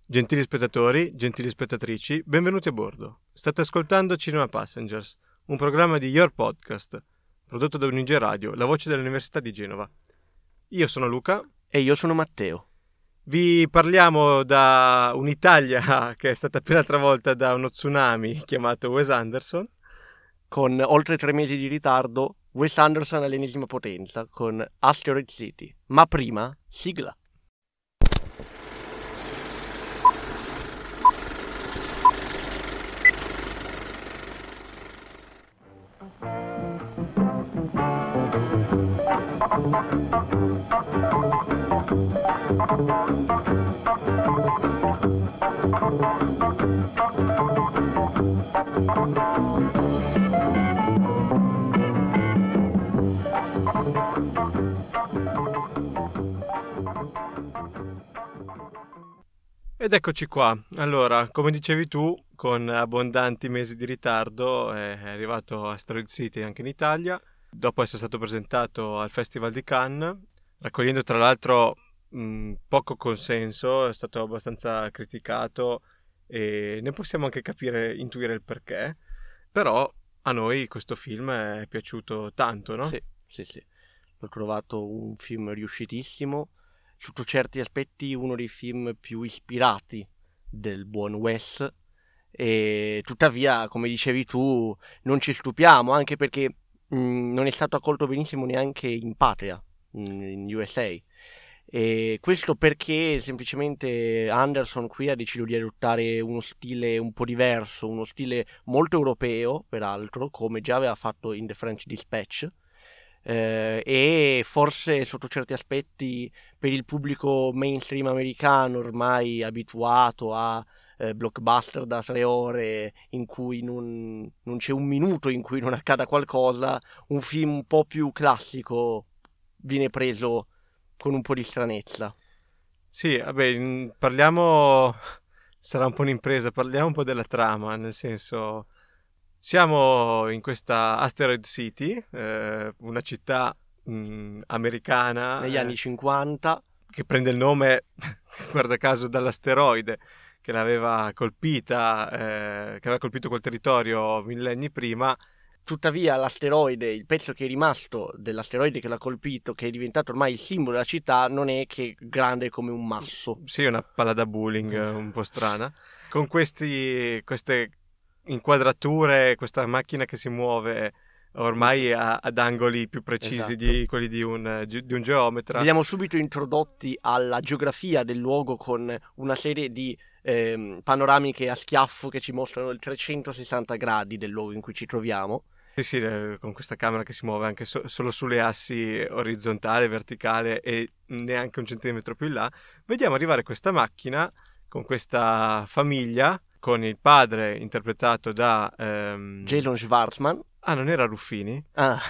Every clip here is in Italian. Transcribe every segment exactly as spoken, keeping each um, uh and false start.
Gentili spettatori, gentili spettatrici, benvenuti a bordo. State ascoltando Cinema Passengers, un programma di Your Podcast, prodotto da Unige Radio, la voce dell'Università di Genova. Io sono Luca. E io sono Matteo. Vi parliamo da un'Italia che è stata appena travolta da uno tsunami chiamato Wes Anderson. Con oltre tre mesi di ritardo, Wes Anderson all'ennesima potenza, con Asteroid City. Ma prima, sigla. Ed eccoci qua. Allora, come dicevi tu, con abbondanti mesi di ritardo è arrivato Asteroid City anche in Italia, dopo essere stato presentato al Festival di Cannes, raccogliendo tra l'altro mh, poco consenso, è stato abbastanza criticato e ne possiamo anche capire, intuire il perché, però a noi questo film è piaciuto tanto, no? Sì, sì, sì. L'ho trovato un film riuscitissimo, sotto certi aspetti uno dei film più ispirati del buon Wes, e tuttavia, come dicevi tu, non ci stupiamo, anche perché mh, non è stato accolto benissimo neanche in patria, mh, in U S A. E questo perché semplicemente Anderson qui ha deciso di adottare uno stile un po' diverso, uno stile molto europeo, peraltro, come già aveva fatto in The French Dispatch, eh, e forse sotto certi aspetti per il pubblico mainstream americano, ormai abituato a eh, blockbuster da tre ore in cui non, non c'è un minuto in cui non accada qualcosa, un film un po' più classico viene preso con un po' di stranezza. Sì, vabbè, parliamo, sarà un po' un'impresa, parliamo un po' della trama, nel senso, siamo in questa Asteroid City, eh, una città mh, americana Negli eh, anni cinquanta, che prende il nome, guarda caso, dall'asteroide che l'aveva colpita, eh, che aveva colpito quel territorio millenni prima. tuttavia l'asteroide, il pezzo che è rimasto dell'asteroide che l'ha colpito, che è diventato ormai il simbolo della città, non è che grande come un masso. Sì, una palla da bowling un po' strana, con questi, queste inquadrature, questa macchina che si muove ormai a, ad angoli più precisi Esatto. di quelli di un, di un geometra. Veniamo subito introdotti alla geografia del luogo con una serie di ehm, panoramiche a schiaffo che ci mostrano il trecentosessanta gradi del luogo in cui ci troviamo. Sì, sì, eh, con questa camera che si muove anche so- solo sulle assi orizzontale, verticale e neanche un centimetro più in là. Vediamo arrivare questa macchina con questa famiglia, con il padre interpretato da... Ehm... Jason Schwartzman. Ah, non era Ruffini? Ah.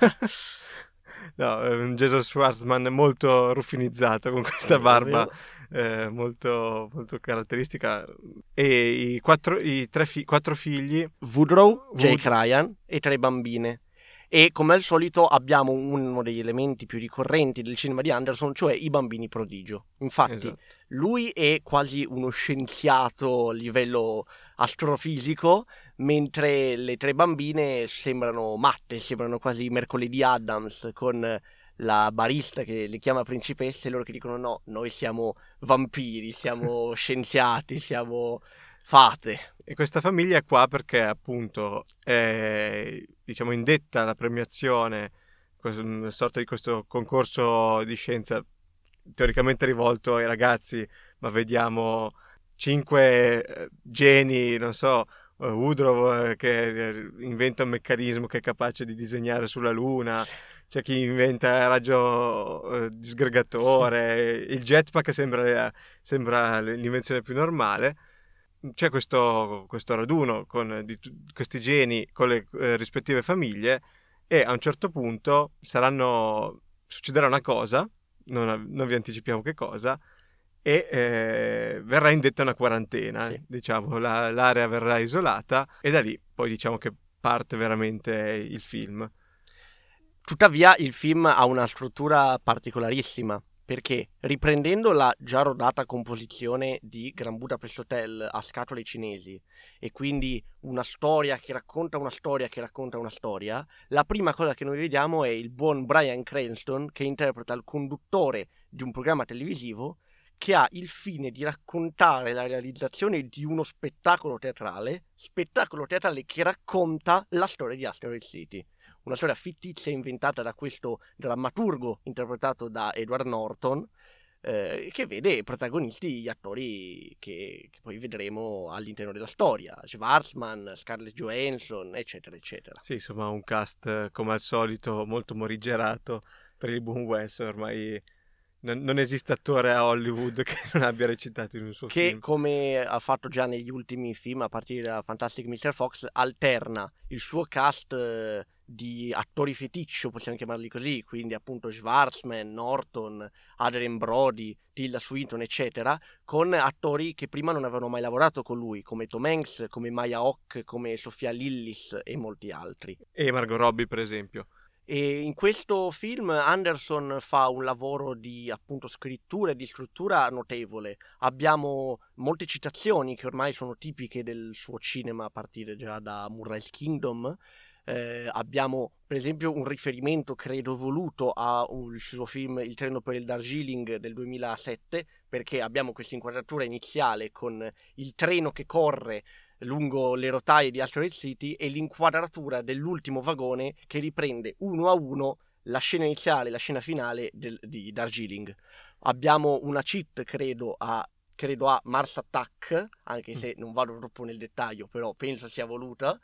No, un Jason Schwartzman molto ruffinizzato, con questa barba eh, molto, molto caratteristica. E i quattro, i tre fi- quattro figli: Woodrow, Wood- Jake Ryan e tre bambine. E come al solito abbiamo uno degli elementi più ricorrenti del cinema di Anderson, cioè i bambini prodigio. Infatti, Esatto. lui è quasi uno scienziato a livello astrofisico, mentre le tre bambine sembrano matte, sembrano quasi Mercoledì Addams, con la barista che le chiama principesse e loro che dicono no, noi siamo vampiri, siamo scienziati, siamo fate. E questa famiglia è qua perché appunto è, diciamo, indetta alla premiazione, una sorta di questo concorso di scienza teoricamente rivolto ai ragazzi, ma vediamo cinque geni, non so, Woodrow che inventa un meccanismo che è capace di disegnare sulla Luna, c'è chi inventa il raggio disgregatore, il jetpack sembra, sembra l'invenzione più normale. C'è questo, questo raduno con di, questi geni con le eh, rispettive famiglie e a un certo punto saranno, succederà una cosa, non, non vi anticipiamo che cosa, e eh, verrà indetta una quarantena, Sì. diciamo, la, l'area verrà isolata e da lì poi diciamo che parte veramente il film. Tuttavia il film ha una struttura particolarissima, perché riprendendo la già rodata composizione di Grand Budapest Hotel a scatole cinesi, e quindi una storia che racconta una storia che racconta una storia, la prima cosa che noi vediamo è il buon Bryan Cranston che interpreta il conduttore di un programma televisivo che ha il fine di raccontare la realizzazione di uno spettacolo teatrale, spettacolo teatrale che racconta la storia di Asteroid City. Una storia fittizia inventata da questo drammaturgo interpretato da Edward Norton, eh, che vede protagonisti gli attori che, che poi vedremo all'interno della storia, Schwartzman, Scarlett Johansson, eccetera, eccetera. Sì, insomma, un cast come al solito molto morigerato per il buon Wes. Ormai non, non esiste attore a Hollywood che non abbia recitato in un suo Che, film. come ha fatto già negli ultimi film, a partire da Fantastic mister Fox, alterna il suo cast eh, di attori feticcio, possiamo chiamarli così, quindi appunto Schwartzman, Norton, Adrien Brody, Tilda Swinton, eccetera, con attori che prima non avevano mai lavorato con lui, come Tom Hanks, come Maya Hawke, come Sofia Lillis e molti altri. E Margot Robbie, per esempio. E in questo film Anderson fa un lavoro di appunto scrittura e di struttura notevole. Abbiamo molte citazioni che ormai sono tipiche del suo cinema a partire già da Moonrise Kingdom. Eh, abbiamo per esempio un riferimento credo voluto al suo film Il treno per il Darjeeling del duemilasette, perché abbiamo questa inquadratura iniziale con il treno che corre lungo le rotaie di Asteroid City e l'inquadratura dell'ultimo vagone che riprende uno a uno la scena iniziale e la scena finale del, di Darjeeling. Abbiamo una cheat credo a credo a Mars Attack, anche se non vado troppo nel dettaglio, però penso sia voluta.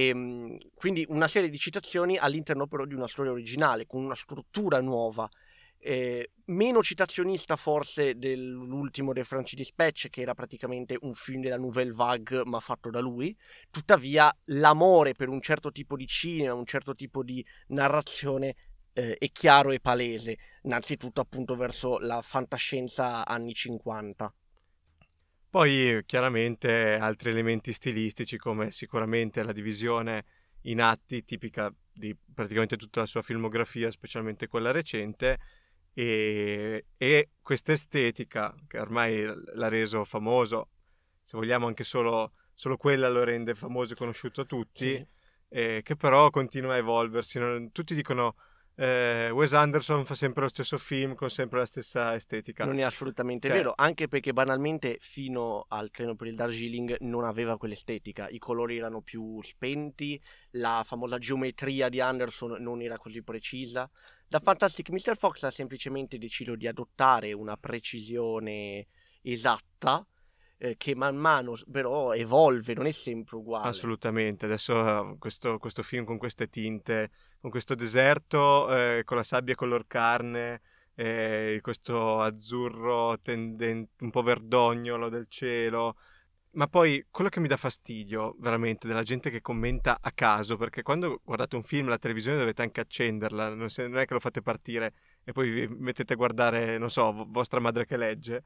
E, quindi una serie di citazioni all'interno però di una storia originale, con una struttura nuova. Eh, meno citazionista forse dell'ultimo dei French Dispatch, che era praticamente un film della Nouvelle Vague ma fatto da lui. Tuttavia l'amore per un certo tipo di cinema, un certo tipo di narrazione eh, è chiaro e palese, innanzitutto appunto verso la fantascienza anni cinquanta. Poi chiaramente altri elementi stilistici, come sicuramente la divisione in atti tipica di praticamente tutta la sua filmografia, specialmente quella recente, e, e questa estetica che ormai l'ha reso famoso, se vogliamo anche solo, solo quella lo rende famoso e conosciuto a tutti, Sì. eh, che però continua a evolversi. Non- tutti dicono eh, Wes Anderson fa sempre lo stesso film con sempre la stessa estetica. Non è assolutamente Cioè, vero, anche perché banalmente fino al treno per il Darjeeling non aveva quell'estetica, i colori erano più spenti, la famosa geometria di Anderson non era così precisa. Da Fantastic mister Fox ha semplicemente deciso di adottare una precisione esatta, eh, che man mano però evolve, non è sempre uguale. assolutamente. Adesso eh, questo, questo film con queste tinte, con questo deserto, eh, con la sabbia color carne, eh, questo azzurro tenden- un po' verdognolo del cielo. Ma poi quello che mi dà fastidio veramente della gente che commenta a caso, perché quando guardate un film la televisione dovete anche accenderla, non, se- non è che lo fate partire e poi vi mettete a guardare, non so, vo- vostra madre che legge,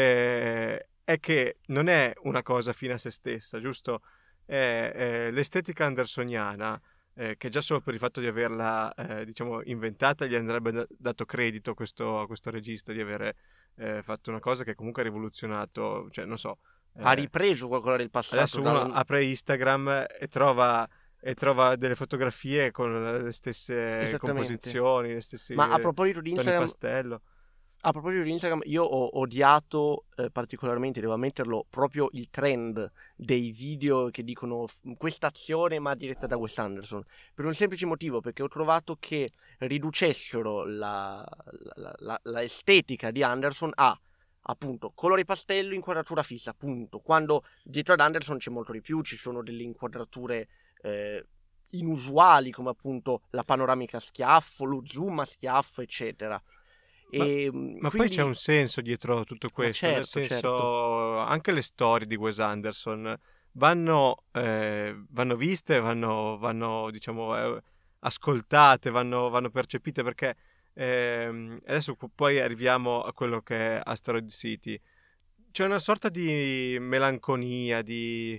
eh, è che non è una cosa fine a se stessa, giusto? È, è l'estetica andersoniana, eh, che già solo per il fatto di averla, eh, diciamo, inventata gli andrebbe da- dato credito a questo, a questo regista di avere eh, fatto una cosa che comunque ha rivoluzionato, cioè, non so. Ha eh, ripreso qualcosa del passato. Adesso da uno un- apre Instagram e trova, e trova delle fotografie con le stesse Esattamente. composizioni, le stesse Ma a eh, proposito di toni Instagram, pastello. A proposito di Instagram, io ho odiato eh, particolarmente, devo ammetterlo, proprio il trend dei video che dicono f- questa azione ma diretta da Wes Anderson, per un semplice motivo, perché ho trovato che riducessero la, la- la- la estetica di Anderson a appunto colore pastello, inquadratura fissa, appunto, quando dietro ad Anderson c'è molto di più, ci sono delle inquadrature eh, inusuali come appunto la panoramica a schiaffo, lo zoom a schiaffo, eccetera. Ma, E ma poi c'è quindi, un senso dietro tutto ma questo, nel certo, certo, senso anche le storie di Wes Anderson vanno, eh, vanno viste, vanno, vanno diciamo, eh, ascoltate, vanno, vanno percepite perché ehm, adesso poi arriviamo a quello che è Asteroid City. C'è una sorta di melanconia, di,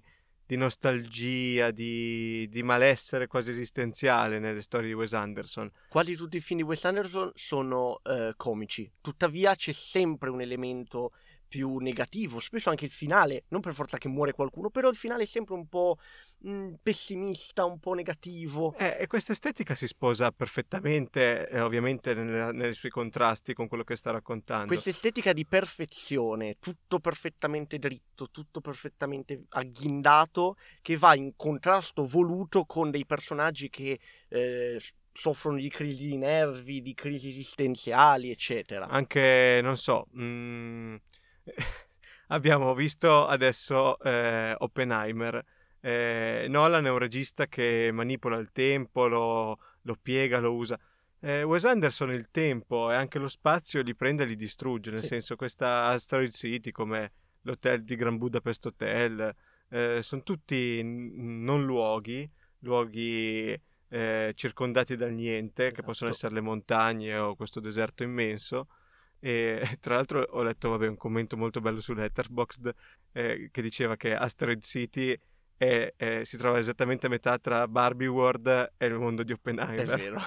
di nostalgia, di, di malessere quasi esistenziale nelle storie di Wes Anderson. Quasi tutti i film di Wes Anderson sono eh, comici, tuttavia c'è sempre un elemento più negativo, spesso anche il finale, non per forza che muore qualcuno, però il finale è sempre un po' mh, pessimista, un po' negativo. Eh, e questa estetica si sposa perfettamente, eh, ovviamente, nelle- nei suoi contrasti con quello che sta raccontando. Questa estetica di perfezione, tutto perfettamente dritto, tutto perfettamente agghindato, che va in contrasto voluto con dei personaggi che eh, soffrono di crisi di nervi, di crisi esistenziali, eccetera. Anche, non so, mh, abbiamo visto adesso eh, Oppenheimer. Eh, Nolan è un regista che manipola il tempo, lo, lo piega, lo usa. Eh, Wes Anderson il tempo e anche lo spazio li prende e li distrugge, nel Sì. senso questa Asteroid City come l'hotel di Grand Budapest Hotel, eh, sono tutti n- non luoghi, luoghi eh, circondati dal niente, Esatto. che possono essere le montagne o questo deserto immenso. E tra l'altro ho letto vabbè, un commento molto bello su Letterboxd eh, che diceva che Asteroid City è, è, si trova esattamente a metà tra Barbie World e il mondo di Oppenheimer. È vero.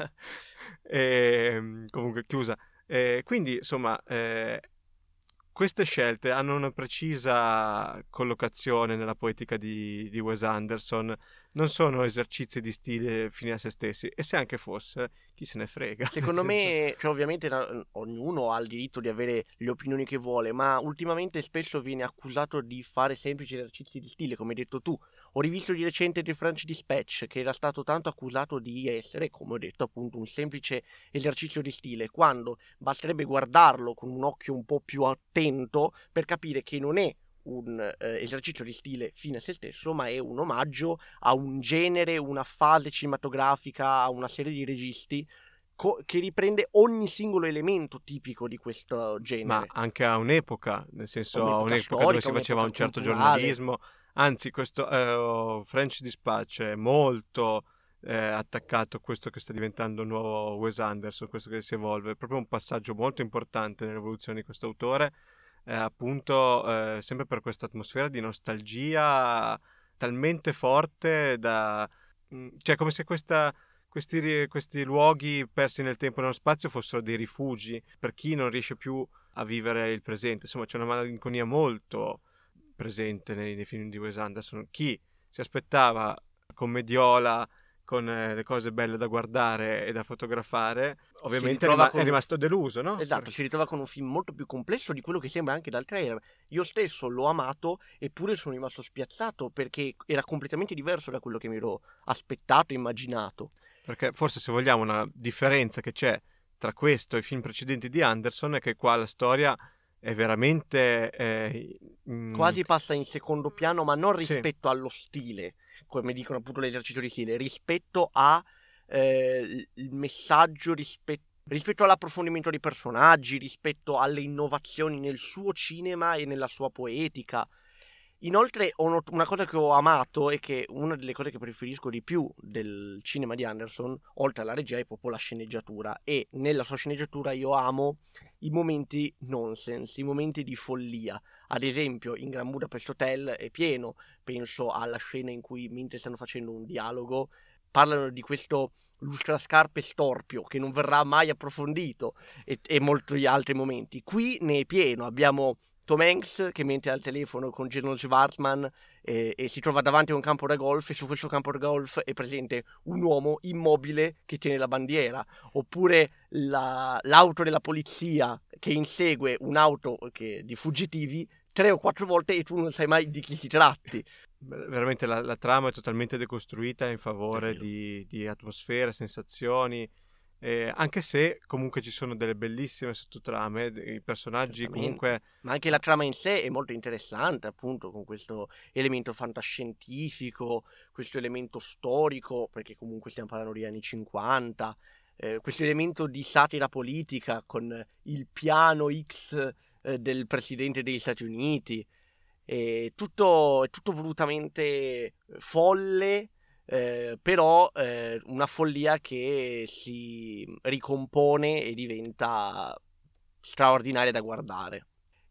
E, comunque chiusa. E quindi insomma eh, queste scelte hanno una precisa collocazione nella poetica di, di Wes Anderson, non sono esercizi di stile fini a se stessi, e se anche fosse, chi se ne frega. Secondo Nel senso- me, cioè ovviamente na- ognuno ha il diritto di avere le opinioni che vuole, ma ultimamente spesso viene accusato di fare semplici esercizi di stile, come hai detto tu. Ho rivisto di recente The French Dispatch, che era stato tanto accusato di essere, come ho detto appunto, un semplice esercizio di stile, quando basterebbe guardarlo con un occhio un po' più attento per capire che non è un eh, esercizio di stile fine a se stesso, ma è un omaggio a un genere, una fase cinematografica, a una serie di registi co- che riprende ogni singolo elemento tipico di questo genere. ma anche a un'epoca, nel senso a Un'epoca un'epoca storica, dove si faceva un'epoca un certo culturale. giornalismo. Anzi, questo eh, French Dispatch è molto eh, attaccato a questo che sta diventando un nuovo Wes Anderson, questo che si evolve. È proprio un passaggio molto importante nell'evoluzione di questo autore, eh, appunto eh, sempre per questa atmosfera di nostalgia talmente forte da... mh, cioè come se questa... Questi, ri- questi luoghi persi nel tempo e nello spazio fossero dei rifugi per chi non riesce più a vivere il presente. Insomma, c'è una malinconia molto presente nei, nei film di Wes Anderson. Chi si aspettava commediola con eh, le cose belle da guardare e da fotografare, ovviamente è, ritrova rima- con è un- rimasto deluso, no? Esatto, si ritrova con un film molto più complesso di quello che sembra anche dal trailer. Io stesso l'ho amato, eppure sono rimasto spiazzato perché era completamente diverso da quello che mi ero aspettato e immaginato. Perché forse, se vogliamo, una differenza che c'è tra questo e i film precedenti di Anderson è che qua la storia è veramente eh, mm, Quasi passa in secondo piano, ma non sì. rispetto allo stile, come dicono appunto l'esercizio di stile, rispetto a eh, il messaggio, rispetto rispetto all'approfondimento dei personaggi, rispetto alle innovazioni nel suo cinema e nella sua poetica. Inoltre, ho not- una cosa che ho amato e che una delle cose che preferisco di più del cinema di Anderson, oltre alla regia, è proprio la sceneggiatura. E nella sua sceneggiatura io amo i momenti nonsense, i momenti di follia. Ad esempio, in Grand Budapest Hotel è pieno, penso alla scena in cui, mentre stanno facendo un dialogo, parlano di questo lustrascarpe storpio che non verrà mai approfondito, e, e molti altri momenti. Qui ne è pieno, abbiamo Tom Hanks che mente al telefono con General Schwartzman eh, e si trova davanti a un campo da golf, e su questo campo da golf è presente un uomo immobile che tiene la bandiera, oppure la, l'auto della polizia che insegue un'auto che, di fuggitivi tre o quattro volte e tu non sai mai di chi si tratti. Veramente la, la trama è totalmente decostruita in È favore vero. di, di atmosfere, sensazioni, eh, anche se comunque ci sono delle bellissime sottotrame, i personaggi Certamente. comunque... Ma anche la trama in sé è molto interessante, appunto, con questo elemento fantascientifico, questo elemento storico, perché comunque stiamo parlando degli anni cinquanta, eh, questo elemento di satira politica con il piano X eh, del presidente degli Stati Uniti. È tutto, è tutto volutamente folle, eh, però eh, una follia che si ricompone e diventa straordinaria da guardare.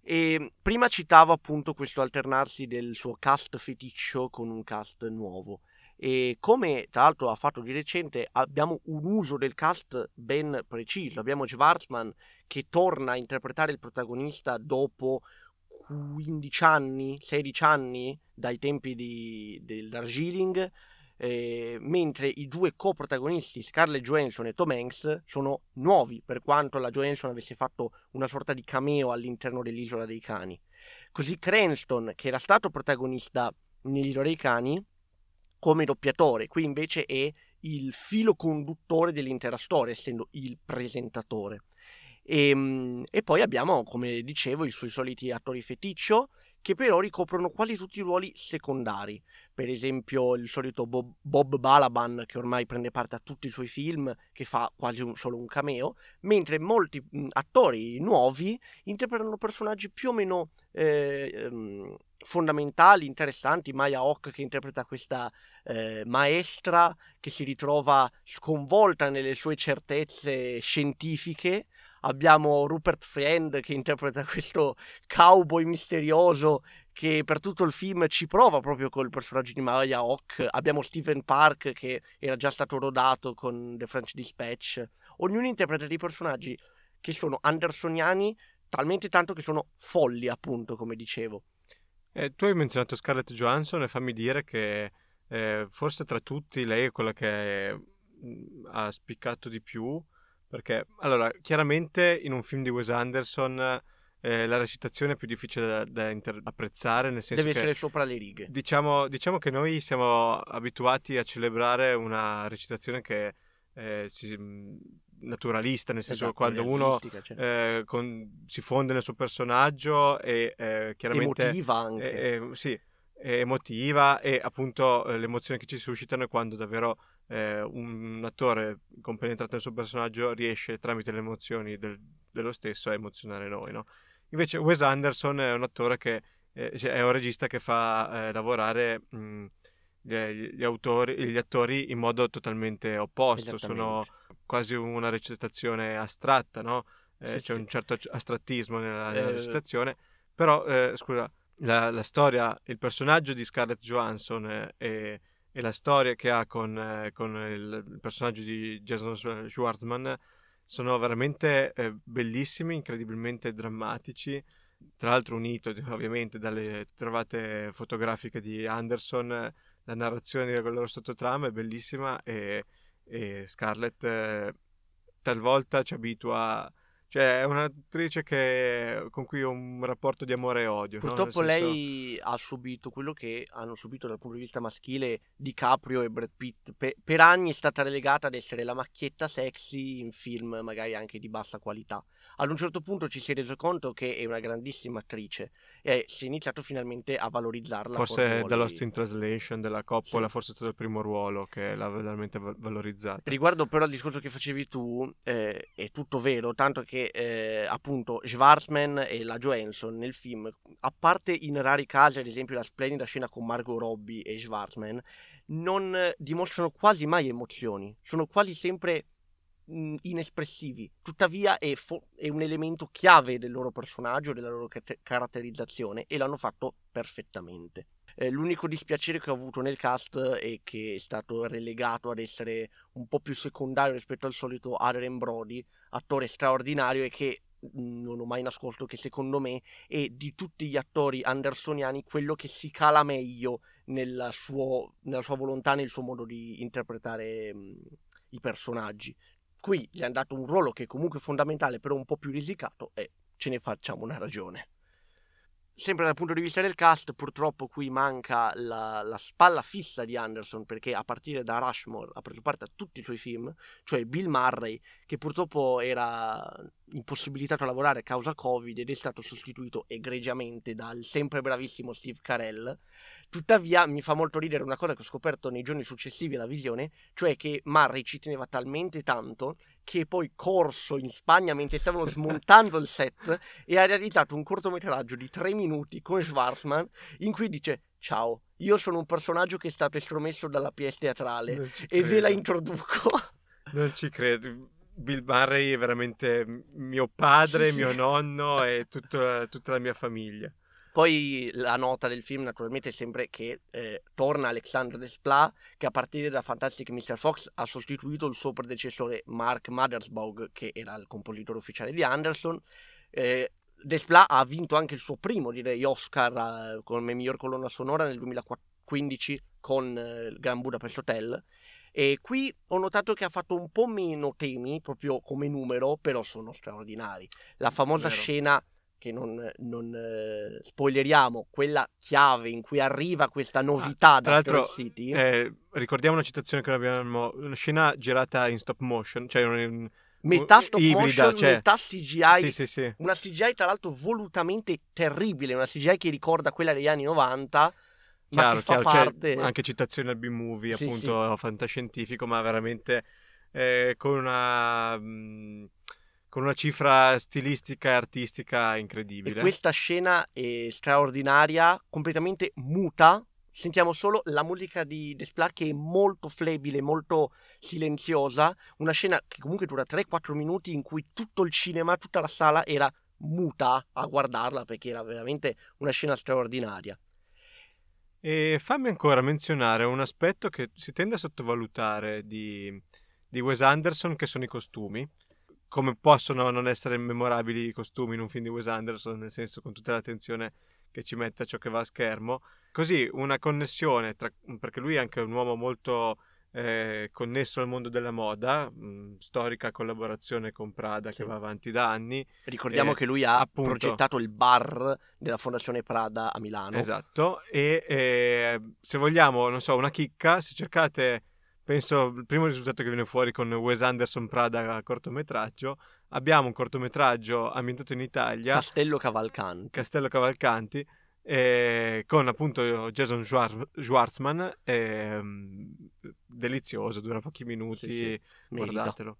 E prima citavo appunto questo alternarsi del suo cast feticcio con un cast nuovo. E come tra l'altro ha fatto di recente, abbiamo un uso del cast ben preciso. Abbiamo Schwartzman che torna a interpretare il protagonista dopo quindici anni, sedici anni dai tempi di, del Darjeeling, eh, mentre i due coprotagonisti Scarlett Johansson e Tom Hanks sono nuovi, per quanto la Johansson avesse fatto una sorta di cameo all'interno dell'Isola dei Cani. Così Cranston, che era stato protagonista nell'Isola dei Cani, come doppiatore, qui invece è il filo conduttore dell'intera storia, essendo il presentatore. E, e poi abbiamo, come dicevo, i suoi soliti attori feticcio, che però ricoprono quasi tutti i ruoli secondari. Per esempio il solito Bob, Bob Balaban, che ormai prende parte a tutti i suoi film, che fa quasi un, solo un cameo, mentre molti mh, attori nuovi interpretano personaggi più o meno eh, ehm, fondamentali, interessanti. Maya Hawke, che interpreta questa eh, maestra che si ritrova sconvolta nelle sue certezze scientifiche. Abbiamo Rupert Friend che interpreta questo cowboy misterioso che per tutto il film ci prova proprio col personaggio di Maya Hawke. Abbiamo Stephen Park che era già stato rodato con The French Dispatch. Ognuno interpreta dei personaggi che sono andersoniani, talmente tanto che sono folli, appunto, come dicevo. Eh, tu hai menzionato Scarlett Johansson e fammi dire che eh, forse tra tutti lei è quella che mh, ha spiccato di più, perché allora chiaramente in un film di Wes Anderson eh, la recitazione è più difficile da, da inter- apprezzare, nel senso Deve che essere sopra le righe. Diciamo, diciamo che noi siamo abituati a celebrare una recitazione che è si, naturalista, nel senso Esatto, quando uno cioè. eh, con, si fonde nel suo personaggio e eh, chiaramente emotiva anche. È, è, sì, è emotiva e appunto eh, le emozioni che ci suscitano è quando davvero eh, un attore compenetrato nel suo personaggio riesce tramite le emozioni del, dello stesso a emozionare noi, no? Invece Wes Anderson è un attore che eh, è un regista che fa eh, lavorare mh, gli, gli autori, gli attori in modo totalmente opposto, sono quasi una recitazione astratta, no? Eh, Sì, c'è sì. un certo astrattismo nella, nella Eh, recitazione, però eh, scusa, la, la storia, il personaggio di Scarlett Johansson eh, e, e la storia che ha con, eh, con il, il personaggio di Jason Schwartzman sono veramente eh, bellissimi, incredibilmente drammatici. Tra l'altro unito ovviamente dalle trovate fotografiche di Anderson, la narrazione del loro sottotrama è bellissima e, e Scarlett eh, talvolta ci abitua, cioè è un'attrice che, con cui ho un rapporto di amore e odio. Purtroppo no? Nel senso... lei ha subito quello che hanno subito dal punto di vista maschile DiCaprio e Brad Pitt. Pe- per anni è stata relegata ad essere la macchietta sexy in film magari anche di bassa qualità. Ad un certo punto ci si è reso conto che è una grandissima attrice e si è iniziato finalmente a valorizzarla. Forse da Lost in Translation della Coppola, sì. forse è stato il primo ruolo che l'ha veramente valorizzata. Riguardo però al discorso che facevi tu, eh, è tutto vero, tanto che eh, appunto Schwartzman e la Johansson nel film, a parte in rari casi, ad esempio la splendida scena con Margot Robbie e Schwartzman, non eh, dimostrano quasi mai emozioni, sono quasi sempre mh, inespressivi. Tuttavia è, fo- è un elemento chiave del loro personaggio, della loro car- caratterizzazione e l'hanno fatto perfettamente. Eh, l'unico dispiacere che ho avuto nel cast è che è stato relegato ad essere un po' più secondario rispetto al solito Adrien Brody, attore straordinario e che mh, non ho mai nascosto che secondo me è di tutti gli attori andersoniani quello che si cala meglio nella, suo, nella sua volontà, nel suo modo di interpretare mh, i personaggi. Qui gli hanno dato un ruolo che è comunque fondamentale, però un po' più risicato e ce ne facciamo una ragione. Sempre dal punto di vista del cast, purtroppo qui manca la, la spalla fissa di Anderson, perché a partire da Rushmore ha preso parte a tutti i suoi film, cioè Bill Murray, che purtroppo era impossibilitato a lavorare a causa Covid ed è stato sostituito egregiamente dal sempre bravissimo Steve Carell. Tuttavia mi fa molto ridere una cosa che ho scoperto nei giorni successivi alla visione, cioè che Murray ci teneva talmente tanto che poi corso in Spagna mentre stavano smontando il set e ha realizzato un cortometraggio di tre minuti con Schwartzman in cui dice: ciao, io sono un personaggio che è stato estromesso dalla pièce teatrale e ve la introduco. Non ci credo. Bill Murray è veramente mio padre, Sì, sì. mio nonno e tutto- tutta la mia famiglia. Poi la nota del film naturalmente è sempre che eh, torna Alexandre Desplat, che a partire da Fantastic mister Fox ha sostituito il suo predecessore Mark Mothersbaugh, che era il compositore ufficiale di Anderson. Eh, Desplat ha vinto anche il suo primo, direi, Oscar eh, come miglior colonna sonora nel duemilaquindici con eh, il Grand Budapest Hotel. E qui ho notato che ha fatto un po' meno temi, proprio come numero, però sono straordinari. La famosa Vero. scena che non, non eh, spoileriamo, quella chiave in cui arriva questa novità Ah, da tra Asteroid l'altro, City. eh, ricordiamo una citazione che abbiamo, una scena girata in stop motion, cioè un, un- Metà stop ibrida, motion, cioè, metà C G I. sì, sì, sì. Una C G I tra l'altro volutamente terribile, una C G I che ricorda quella degli anni novanta, ma Chiaro, che fa chiaro, c'è parte... anche citazione al B-movie, Sì, appunto, fantascientifico, ma veramente eh, con una, mh, con una cifra stilistica e artistica E incredibile. questa scena è straordinaria, completamente muta. Sentiamo solo la musica di Desplat che è molto flebile, molto silenziosa. Una scena che comunque dura tre quattro minuti in cui tutto il cinema, tutta la sala era muta a guardarla perché era veramente una scena straordinaria. E fammi ancora menzionare un aspetto che si tende a sottovalutare di, di Wes Anderson, che sono i costumi. Come possono non essere memorabili i costumi in un film di Wes Anderson, nel senso con tutta l'attenzione che ci mette a ciò che va a schermo. Così una connessione, tra, perché lui è anche un uomo molto eh, connesso al mondo della moda, mh, storica collaborazione con Prada Sì. che va avanti da anni. Ricordiamo eh, che lui ha appunto, progettato il bar della Fondazione Prada a Milano. Esatto, e eh, se vogliamo, non so, una chicca, se cercate, penso il primo risultato che viene fuori con Wes Anderson Prada cortometraggio, abbiamo un cortometraggio ambientato in Italia, Castello Cavalcanti. Castello Cavalcanti, eh, con appunto Jason Schwar- Schwartzman, ehm, delizioso, dura pochi minuti, Sì, sì, merita. guardatelo.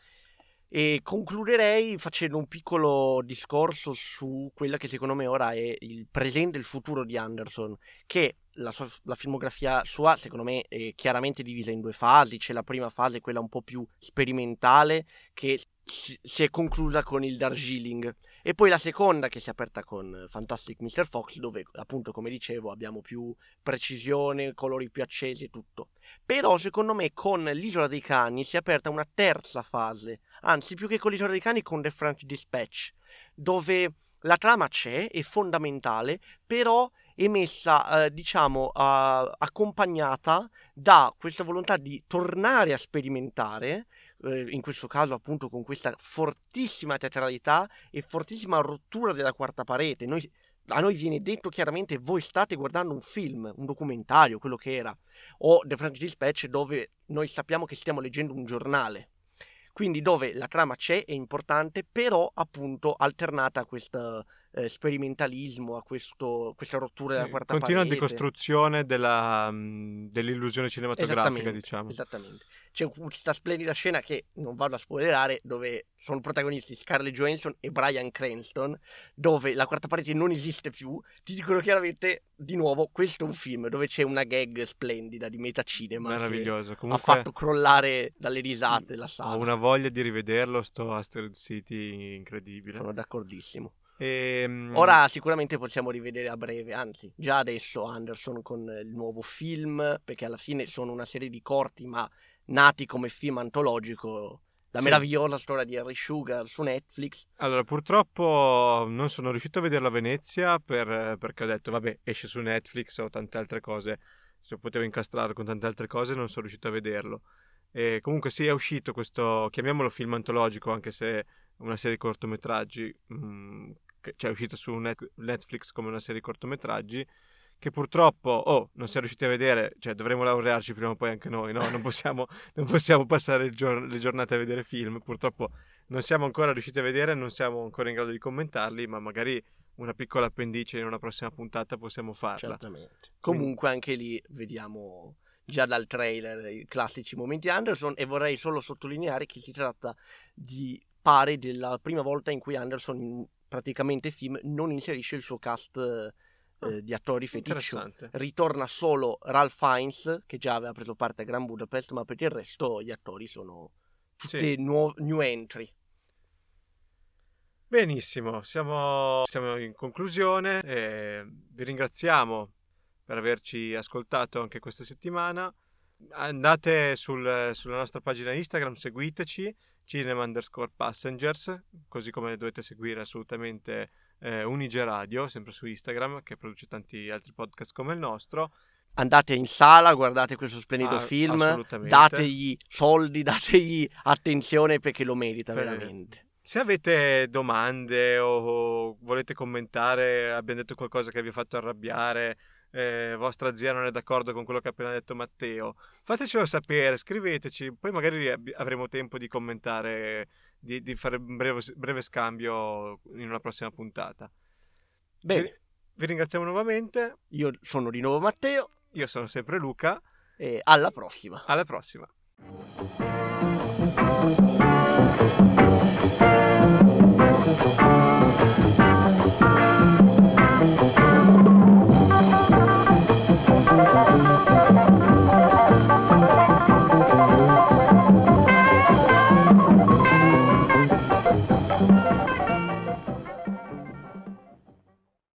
E concluderei facendo un piccolo discorso su quella che secondo me ora è il presente e il futuro di Anderson, che la, sua, la filmografia sua secondo me è chiaramente divisa in due fasi. C'è la prima fase, quella un po' più sperimentale, che si, si è conclusa con il Darjeeling, e poi la seconda che si è aperta con Fantastic mister Fox, dove appunto, come dicevo, abbiamo più precisione, colori più accesi e tutto. Però secondo me con l'Isola dei Cani si è aperta una terza fase, anzi più che con l'Isola dei Cani, con The French Dispatch, dove la trama c'è, è fondamentale, però è messa, eh, diciamo, uh, accompagnata da questa volontà di tornare a sperimentare, eh, in questo caso appunto con questa fortissima teatralità e fortissima rottura della quarta parete. Noi, a noi viene detto chiaramente: voi state guardando un film, un documentario, quello che era, o The French Dispatch, dove noi sappiamo che stiamo leggendo un giornale. Quindi dove la trama c'è, è importante, però appunto alternata a questo eh, sperimentalismo, a questo, questa rottura Sì, della quarta continua parete. decostruzione della, mh, dell'illusione cinematografica, Esattamente, diciamo. esattamente. C'è questa splendida scena che non vado a spoilerare, dove sono protagonisti Scarlett Johansson e Bryan Cranston, dove la quarta parete non esiste più. Ti dicono chiaramente, di nuovo, questo è un film dove c'è una gag splendida di metacinema Meraviglioso. che Comunque ha fatto crollare dalle risate la sala. Ho una voglia di rivederlo, sto Asteroid City incredibile. Sono d'accordissimo. E, um... Ora sicuramente possiamo rivedere a breve, anzi già adesso Anderson con il nuovo film, perché alla fine sono una serie di corti ma nati come film antologico, la sì. meravigliosa storia di Harry Sugar su Netflix. Allora, purtroppo non sono riuscito a vederlo a Venezia per, perché ho detto vabbè, esce su Netflix o tante altre cose, se potevo incastrare con tante altre cose, non sono riuscito a vederlo. E comunque sì, è uscito questo, chiamiamolo film antologico, anche se è una serie di cortometraggi, mh, che, cioè è uscita su net, Netflix come una serie di cortometraggi, che purtroppo oh, non siamo riusciti a vedere, cioè dovremo laurearci prima o poi anche noi, no? Non possiamo, non possiamo passare il giorno, le giornate a vedere film, purtroppo non siamo ancora riusciti a vedere, non siamo ancora in grado di commentarli, ma magari una piccola appendice in una prossima puntata possiamo farla. Certamente. Comunque anche lì vediamo già dal trailer i classici momenti Anderson, e vorrei solo sottolineare che si tratta di pare della prima volta in cui Anderson in praticamente film non inserisce il suo cast eh, di attori feticcio. Ritorna solo Ralph Fiennes, che già aveva preso parte a Grand Budapest, ma per il resto gli attori sono tutte Sì. nuo- new entry. Benissimo, siamo, siamo in conclusione. E vi ringraziamo per averci ascoltato anche questa settimana. Andate sul- sulla nostra pagina Instagram, seguiteci, cinema underscore passengers, così come dovete seguire assolutamente eh, Unige Radio, sempre su Instagram, che produce tanti altri podcast come il nostro. Andate in sala, guardate questo splendido Ah, film, assolutamente. dategli soldi, dategli attenzione perché lo merita Per- veramente. Se avete domande o volete commentare, abbiamo detto qualcosa che vi ha fatto arrabbiare, eh, vostra zia non è d'accordo con quello che ha appena detto Matteo, fatecelo sapere, scriveteci, poi magari ab- avremo tempo di commentare, di, di fare un breve, breve scambio in una prossima puntata. Bene, Vi, vi ringraziamo nuovamente, io sono di nuovo Matteo io sono sempre Luca, e alla prossima. alla prossima.